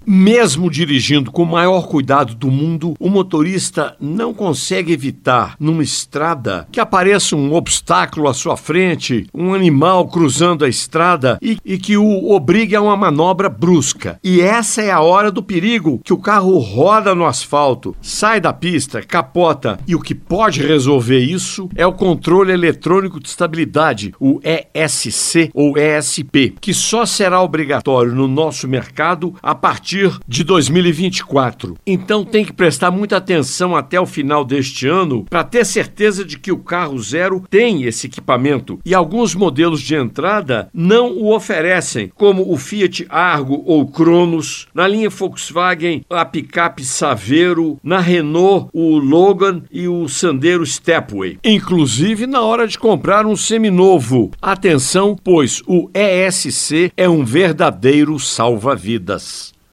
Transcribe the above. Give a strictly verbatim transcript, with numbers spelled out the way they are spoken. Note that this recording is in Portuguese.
Mesmo dirigindo com o maior cuidado do mundo, o motorista não consegue evitar, numa estrada, que apareça um obstáculo à sua frente, um animal cruzando a estrada e, e que o obrigue a uma manobra brusca. E essa é a hora do perigo, que o carro roda no asfalto, sai da pista, capota. E o que pode resolver isso é o controle eletrônico de estabilidade, o E S C ou E S P, que só será obrigatório no nosso mercado a partir de dois mil e vinte e quatro. Então tem que prestar muita atenção até o final deste ano para ter certeza de que o carro zero tem esse equipamento, e alguns modelos de entrada não o oferecem, como o Fiat Argo ou Cronos, na linha Volkswagen a picape Saveiro, na Renault o Logan e o Sandero Stepway. Inclusive na hora de comprar um seminovo. Atenção, pois o E S C é um verdadeiro salva-vidas.